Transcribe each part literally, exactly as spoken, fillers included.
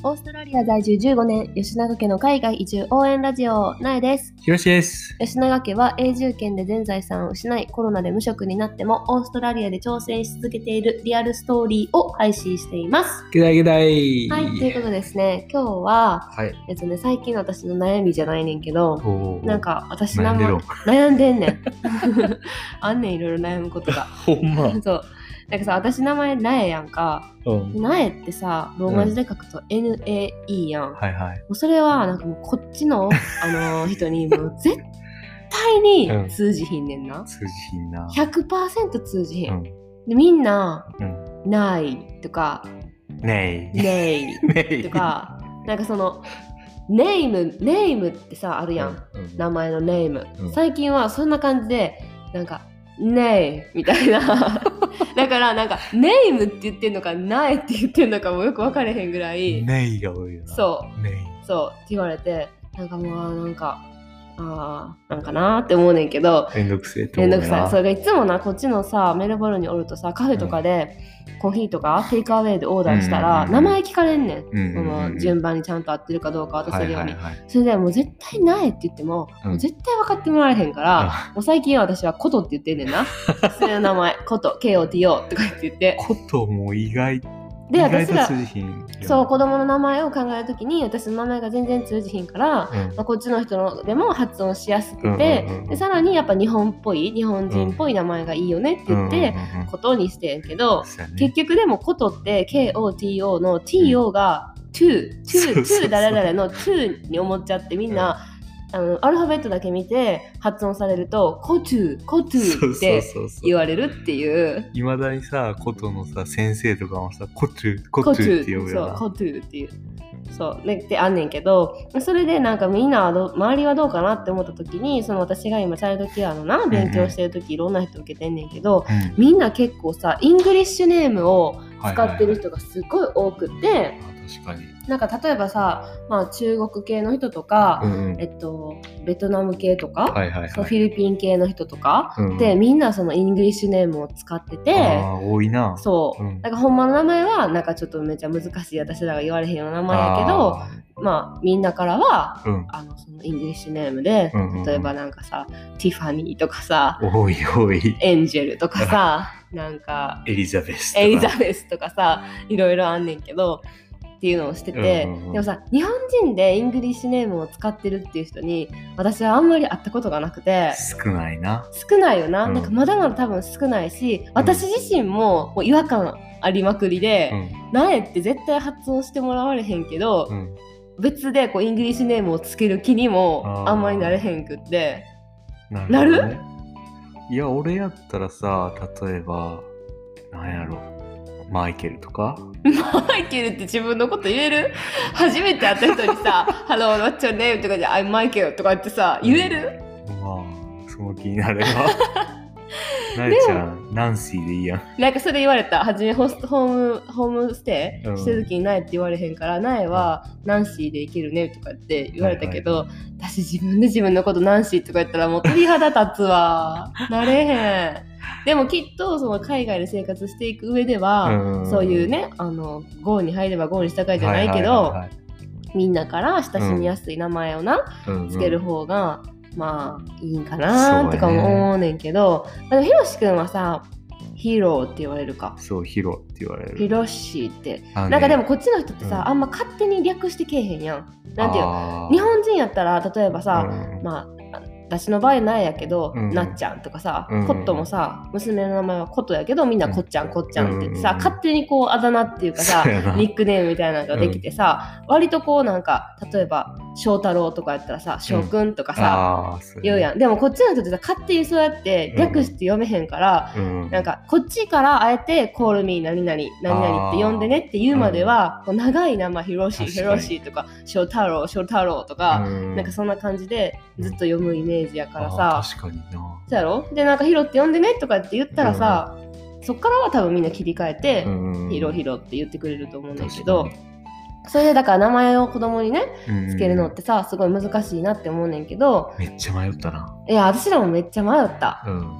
オーストラリア在住じゅうごねん、吉永家の海外移住応援ラジオ、なえです。 ひろしです。 吉永家は永住権で全財産を失い、コロナで無職になってもオーストラリアで挑戦し続けているリアルストーリーを配信しています。 ぐだいぐだい。 はい、ということですね、今日は、 はい、 えっとね、最近の私の悩みじゃないねんけど、なんか私悩んでろ悩んでんねん。あんねん、いろいろ悩むことが。 ほんま。 そう。なんかさ、私名前なえやんか。 うん、 なえってさ、ローマ字で書くと エヌエーイー やん。 はいはい。 もうそれはなんかもうこっちの、あのー、人にもう絶対に通じひんねんな。 うん、通じひんな。 ひゃくパーセント 通じひん。 うん、 でみんな、 うん、 ないとか、 ねい。 ねいとか、なんかその、ネーム、ネームってさ、あるやん。うんうん、名前のネーム、うん。最近はそんな感じで、なんか、ねえみたいな。だからなんかネームって言ってんのかなえって言ってんのかもよく分かれへんぐらいネイが多いよな。 そうネイそうって言われて、なんかもうなんかあーなんかなーって思うねんけど、 めんどくせえと思うな。めんどくさい。それがいつもな、こっちのさメルボルンにおるとさ、カフェとかで、うん、コーヒーとかテイクアウェイでオーダーしたら、うんうんうん、名前聞かれんねん、うんうんうん、その順番にちゃんと合ってるかどうか渡せるように、はいはいはい、それでもう絶対ないって言っても、うん、もう絶対分かってもらえへんから、うん、もう最近は私はコトって言ってんねんな。それの名前コト ケーオーティーオー とか言って言ってコトも意外で、私らそう子供の名前を考えるときに私の名前が全然通じひんから、うんまあ、こっちの人のでも発音しやすくて、うんうんうん、でさらにやっぱ日本っぽい日本人っぽい名前がいいよねって言って、うんうんうん、ことにしてんけど、ね、結局でもことって ケーオーティーオー の ティーオー が トゥー、トゥー、誰々の トゥー に思っちゃってみんな、うんあのアルファベットだけ見て発音されるとコトゥーコトゥーって言われるっていういまだにさコトのさ先生とかもさコトゥーコトゥーって呼ぶよな。 そうコトゥーっていうそうねってあんねんけど、それでなんかみんなはど周りはどうかなって思った時に、その私が今チャイルドケアのな勉強してる時、うんうん、いろんな人受けてんねんけど、うん、みんな結構さイングリッシュネームを使ってる人がすごい多くて、はいはいはい、 確かになんか例えばさ、まあ、中国系の人とか、うんうんえっと、ベトナム系とか、はいはいはい、そうフィリピン系の人とか、うんうん、でみんなそのイングリッシュネームを使ってて、 あ多いな。 そう、うん、なんか本場の名前はなんかちょっとめちゃ難しい私らが言われへんような名前やけど、まあみんなからは、うん、あのそのイングリッシュネームで、うんうんうん、例えばなんかさティファニーとかさ、 多い多いエンジェルとかさなんかエリザベスとかエリザベスとかさいろいろあんねんけどっていうのをしてて、うんうんうん、でもさ日本人でイングリッシュネームを使ってるっていう人に私はあんまり会ったことがなくて、 少ないな少ないよな、うん、なんかまだまだ多分少ないし、私自身も、もう違和感ありまくりで、うん、なえって絶対発音してもらわれへんけど、うん、別でこうイングリッシュネームをつける気にもあんまりなれへんくって。 なるほどね。なる？いや俺やったらさ、例えばなんやろマイケルとかマイケルって自分のこと言える？初めて会った人にさHello, what's your name? とかで I'm Michael とかってさ言える？ まあその気になればなえちゃんナンシーでいいやん。 なんかそれ言われた。初めホストホームホームステイしてる時になえって言われへんから、なえはナンシーでいけるねとかって言われたけど、はいはい、私自分で自分のことナンシーとか言ったらもう鳥肌立つわなれへん。でもきっとその海外で生活していく上では、うん、そういうねあの郷に入れば郷に従いじゃないけど、はいはいはいはい、みんなから親しみやすい名前をな、うん、つける方がまあいいんかなとかも思うねんけど、でもひろしくんはさヒーローって言われるか。 そうヒロって言われる。 ヒロシって、ね、なんかでもこっちの人ってさ、うん、あんま勝手に略してけえへんやん。なんていう日本人やったら例えばさ、うん、まあ私の場合なんやけど、うん、なっちゃんとかさ、うん、コットもさ娘の名前はコットやけどみんなこっちゃん、うん、こっちゃんって言ってさ、うん、勝手にこうあだ名っていうかさニックネームみたいなのができてさ、うん、割とこうなんか例えば翔太郎とかやったらさ翔くんとかさ、うん、言うやん。でもこっちの人ってさ勝手にそうやって略して読めへんから、うん、なんかこっちからあえて call me 何々何々って呼んでねって言うまでは、こう長い名前ヒロシヒロシとか翔太郎翔太郎とか、うん、なんかそんな感じでずっと読むイメージやからさ、 確かにな。 そうやろ。でなんかヒロって呼んでねとかって言ったらさ、うん、そっからは多分みんな切り替えて、うん、ヒロヒロって言ってくれると思うんだけど、それでだから名前を子供にねつけるのってさすごい難しいなって思うねんけど、 めっちゃ迷ったな。 いや私らもめっちゃ迷った、 うん、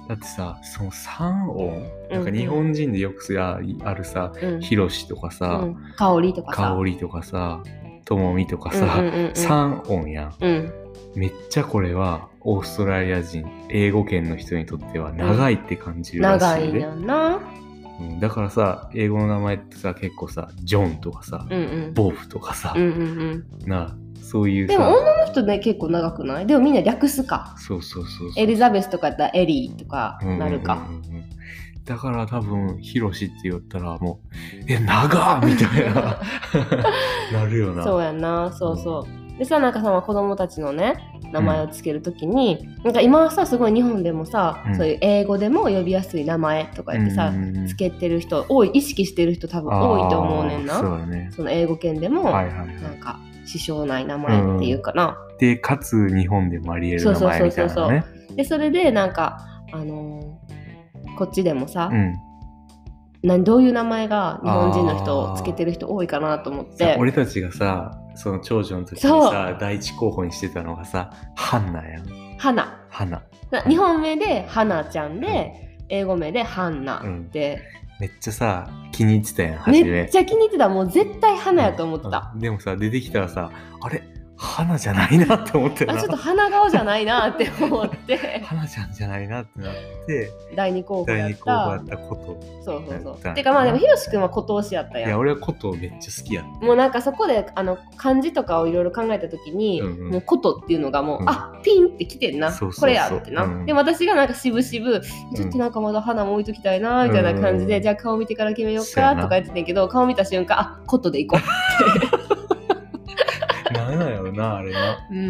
だってさ、その三音、なんか日本人でよくさ、あるさ、ひろしとかさ、 かおりとかさ、 かおりとかさ、ともみとかさ、三音やん。うん、めっちゃこれはオーストラリア人、英語圏の人にとっては長いって感じるらしい、ね、 長いやんな。 うん、だからさ、英語の名前ってさ、結構さ、ジョンとかさ、うんうん、ボブとかさ、うんうんうん、なそういうさ。 でも女の人ね結構長くない？でもみんな略すか。 そうそうそうそう。 エリザベスとかやったらエリーとかなるか。 うんうんうんうん、だから多分ヒロシって言ったらもうえ長っみたいななるよな。 そうやんな。そうそう。でさ、なんかさ子供たちのね名前をつけるときに、うん、なんか今はさすごい日本でもさ、うん、そういう英語でも呼びやすい名前とか言ってさ、うん、つけてる人多い、意識してる人多分多いと思うねんな。 そうだね。 その英語圏でも、はいはいはい、なんか支障ない名前っていうかな、 うん、でかつ日本でもあり得る名前みたいなね。そうそうそうそう。 でそれでなんかあのー、こっちでもさ、うん、何どういう名前が日本人の人をつけてる人多いかなと思って。 俺たちがさその長女の時にさ第一候補にしてたのがさハンナやん。 花花日本名で花ちゃんで、うん、英語名でハンナって、 うん、めっちゃさ気に入ってたやん初め。 めっちゃ気に入ってた。もう絶対花やと思ってた、 うんうん、でもさ出てきたらさあれ花じゃないなって思ってた。 あちょっと花顔じゃないなって思って花ちゃんじゃないなってなって第二候補やった第二候補やったこと。 そうそうそう。てかまあでもひろしくんはこと推しやったやん。 いや俺はことめっちゃ好きやった。 もうなんかそこであの漢字とかをいろいろ考えた時に、うんうん、もうことっていうのがもう、うん、あピンってきてんな、そうそうそうこれやってな、うん、で私がなんかしぶしぶちょっとなんかまだ花も置いときたいなみたいな感じで、うん、じゃあ顔見てから決めようかとか言ってたんやけど、顔見た瞬間あことでいこうってなんなんやろなあれな、うん、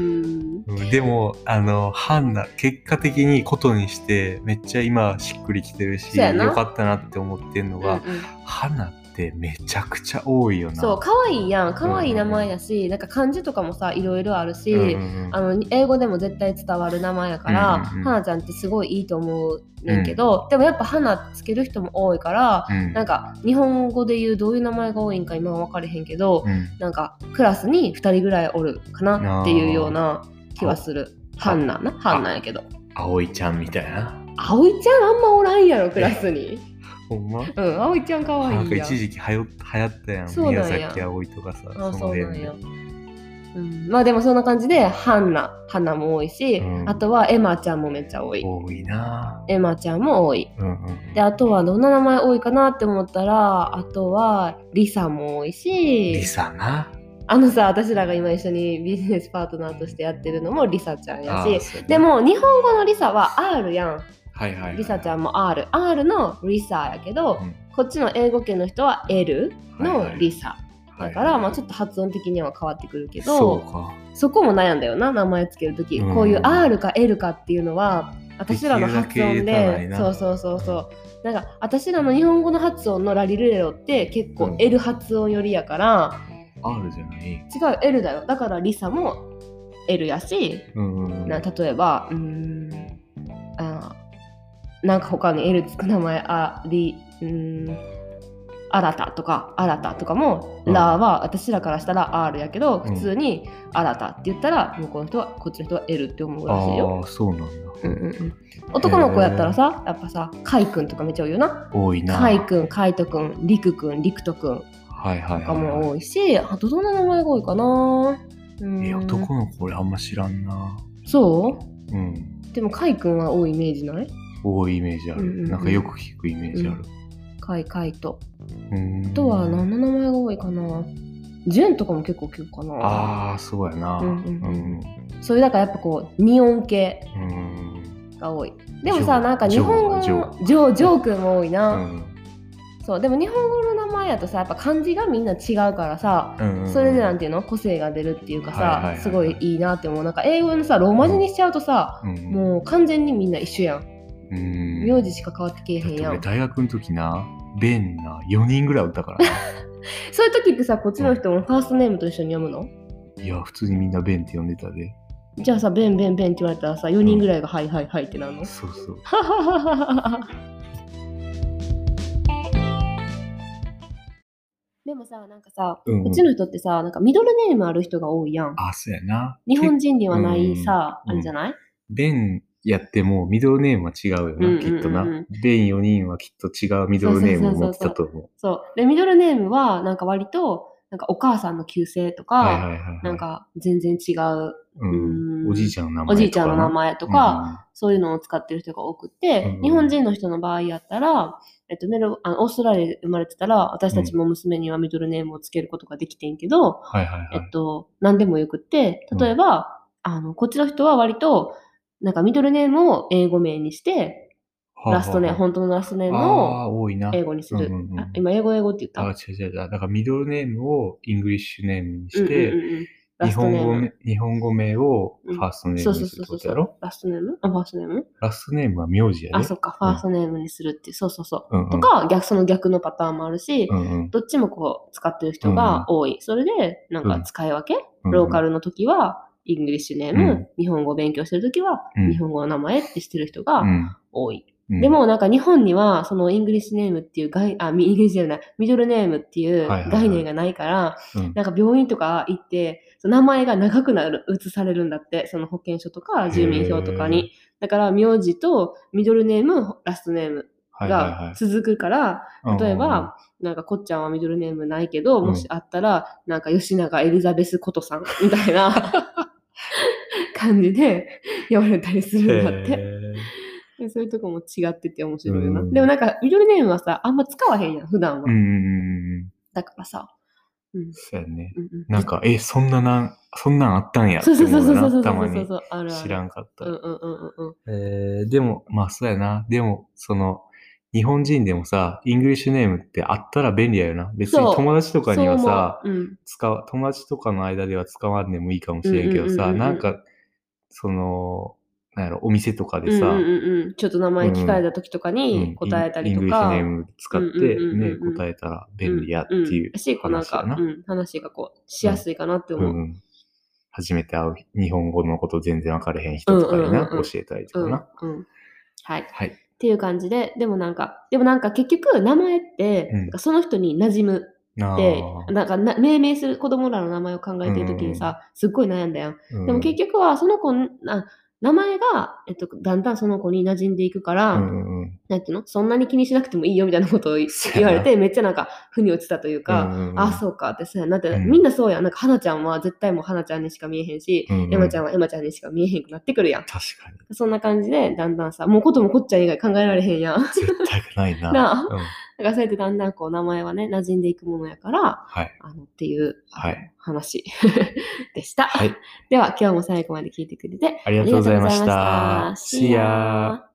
でもあのハンナ結果的にことにしてめっちゃ今しっくりきてるしよかったなって思ってんのが、うんうん、ハンナってめちゃくちゃ多いよな。 そう可愛いやん、可愛い名前やし、うんうん、なんか漢字とかもさいろいろあるし、うんうん、あの英語でも絶対伝わる名前やから、うんうん、花ちゃんってすごいいいと思うねんけど、うん、でもやっぱ花つける人も多いから、うん、なんか日本語で言うどういう名前が多いんか今は分かれへんけど、うん、なんかクラスにふたりぐらいおるかなっていうような気はする。ハンナなハンナやけど葵ちゃんみたいな。 葵ちゃんあんまおらんやろクラスにほんま？ うん、葵ちゃんかわいいやん。 なんか一時期はよ流行ったやん。宮崎葵とかさ。 あ、そうなんや。うん、まあでもそんな感じでハンナ、ハナも多いし、うん、あとはエマちゃんもめっちゃ多い。 多いな。 エマちゃんも多い。うんうん、であとはどんな名前多いかなって思ったら、あとはリサも多いし。 リサな。 あのさ、私らが今一緒にビジネスパートナーとしてやってるのもリサちゃんやし、でも日本語のリサは R やん。 はいはいはい、 リサちゃんも R。R のリサやけど、うん、こっちの英語圏の人は L のリサ。はいはい、だから、まあ、ちょっと発音的には変わってくるけど、 そうか。 そこも悩んだよな、名前つけるとき、うん。こういう R か L かっていうのは、私らの発音で、そうそうそうそう。なんか、私らの日本語の発音のラリルレロって結構 L 発音寄りやから、 うん、R じゃない？違う、L だよ。だからリサも L やし、うんうん、な例えば、うーん、あなんか他に L つく名前あり、うーん、あらたとかあらたとかも、うん、ラは私らからしたら R やけど、普通にあらたって言ったら向こうの人はこっちの人は L って思うらしいよ。 ああ、そうなんだ。 うんうんうん、男の子やったらさ、やっぱさ、カイくんとかめっちゃ多いよな。 多いな。 カイくん、カイトくん、リクくん、リクトくんとかも多いし、あとどんな名前が多いかな。 うん、え、男の子俺あんま知らんな。 そう？ うん。 でもカイくんは多いイメージない？ 多いイメージある、うんうんうん、なんかよく聞くイメージある、うん、 カイカイとあとは何の名前が多いかな。ジュンとかも結構聞くかな。 ああ、そうやな、うんうんうんうん、そういうだからやっぱこうニオン系が多い。でもさ、なんか日本語のジョー、ジョー、ジョーくんも多いな、うん、そうでも日本語の名前やとさやっぱ漢字がみんな違うからさ、うんうん、それでなんていうの個性が出るっていうかさ、はいはいはいはい、すごいいいなって思う。なんか英語のさローマ字にしちゃうとさ、うん、もう完全にみんな一緒やん。うん、名字しか変わってけえへんやん。 大学の時なベンなよにんぐらいおったからそういう時ってさこっちの人もファーストネームと一緒に読むの？ いや普通にみんなベンって呼んでたで。 じゃあさベンベンベンって言われたらさよにんぐらいが、うん、はいはいはいってなるの？ そうそうでもさなんかさ、うん、こっちの人ってさなんかミドルネームある人が多いやん。 あ、そうやな。 日本人にはないさ、うん、あれじゃない？ ベンやってもミドルネームは違うよな、うんうんうん、きっとな。ベンよにんはきっと違うミドルネームを持ってたと思う。 そうそうそうそう。そう。で、ミドルネームはなんか割と、なんかお母さんの旧姓とか、はいはいはいはい、なんか全然違う、 うん、おじいちゃんの名前とか。 おじいちゃんの名前とか、うん、そういうのを使ってる人が多くて、うん、日本人の人の場合やったら、えっと、メロあのオーストラリアで生まれてたら、私たちも娘にはミドルネームをつけることができてんけど、うんはいはいはい、えっと、何でもよくって、例えば、うん、あの、こっちの人は割と、なんかミドルネームを英語名にして、ラストネーム、本当のラストネームを英語にする。うんうんうん、あ今、英語英語って言った？ あ、違う違う。だからミドルネームをイングリッシュネームにして、うんうんうん、日本語名、日本語名をファーストネームにするってことやろ、 うん、そうそうそうそう。ラストネームあ、ファーストネームラストネームは名字やで。 あ、そっか。ファーストネームにするっていう。そうそうそう。うんうん、とか、逆、その逆のパターンもあるし、うんうん、どっちもこう、使ってる人が多い。うんうん、それで、なんか使い分け、うん、ローカルの時は、イングリッシュネーム、うん、日本語を勉強してる時は、日本語の名前ってしてる人が多い。うん、でもなんか日本にはそのイングリッシュネームっていう概、あ、イングリッシュじゃない、ミドルネームっていう概念がないから、はいはいはい、なんか病院とか行って、その名前が長くなる、移されるんだって、その保険証とか住民票とかに。だから名字とミドルネーム、ラストネームが続くから、はいはいはい、例えば、なんかこっちゃんはミドルネームないけど、うん、もしあったら、なんか吉永エリザベスことさんみたいな感じで呼ばれたりするんだって。そういうとこも違ってて面白いよな。でもなんかミドルネームはさ、あんま使わへんやん、普段は。うんうんうん、だからさ。 うん、そうやね。うんうん、なんか、え、そんななん、そんなんあったんやって思うな、たまに。知らんかった。うんうんうんうん、えー、でも、まあそうやな。でも、その、日本人でもさ、イングリッシュネームってあったら便利やよな。別に友達とかにはさ、うん、使う、友達とかの間では使わんでもいいかもしれんけどさ、なんか、その、なんやろ、お店とかでさ、うんうんうん、ちょっと名前聞かれた時とかに答えたりとか、うん、イングリッシュネーム使ってね、答えたら便利やっていう話やな。 うんうん、うん、話がこうしやすいかなって思う。うんうん、 初めて会う日本語のこと全然分かれへん人とかにな、うんうんうん、教えたりとかな、 うんうん。はい。はい。っていう感じで、でもなんか、でもなんか結局名前って、うん、その人に馴染む。で、なんかな命名する子供らの名前を考えてるときにさ、すっごい悩んだよ、うん。でも結局はその子あ名前が、えっと、だんだんその子に馴染んでいくから、うんうん、なんていうのそんなに気にしなくてもいいよみたいなことを言われて、めっちゃなんか腑に落ちたというか、うんうん、あ、そうかってさ、なんて、うん、みんなそうやん。なんか花ちゃんは絶対もう花ちゃんにしか見えへんし、うんうん、エマちゃんはエマちゃんにしか見えへんくなってくるやん。 確かに。 そんな感じで、だんだんさ、もうこともこっちゃん以外考えられへんやん。 絶対ないな。 なあ、うん。だからそうやってだんだんこう名前はね、馴染んでいくものやから、はい、あのっていう、はい、話でした。はい、では今日も最後まで聞いてくれてありがとうございました。See ya!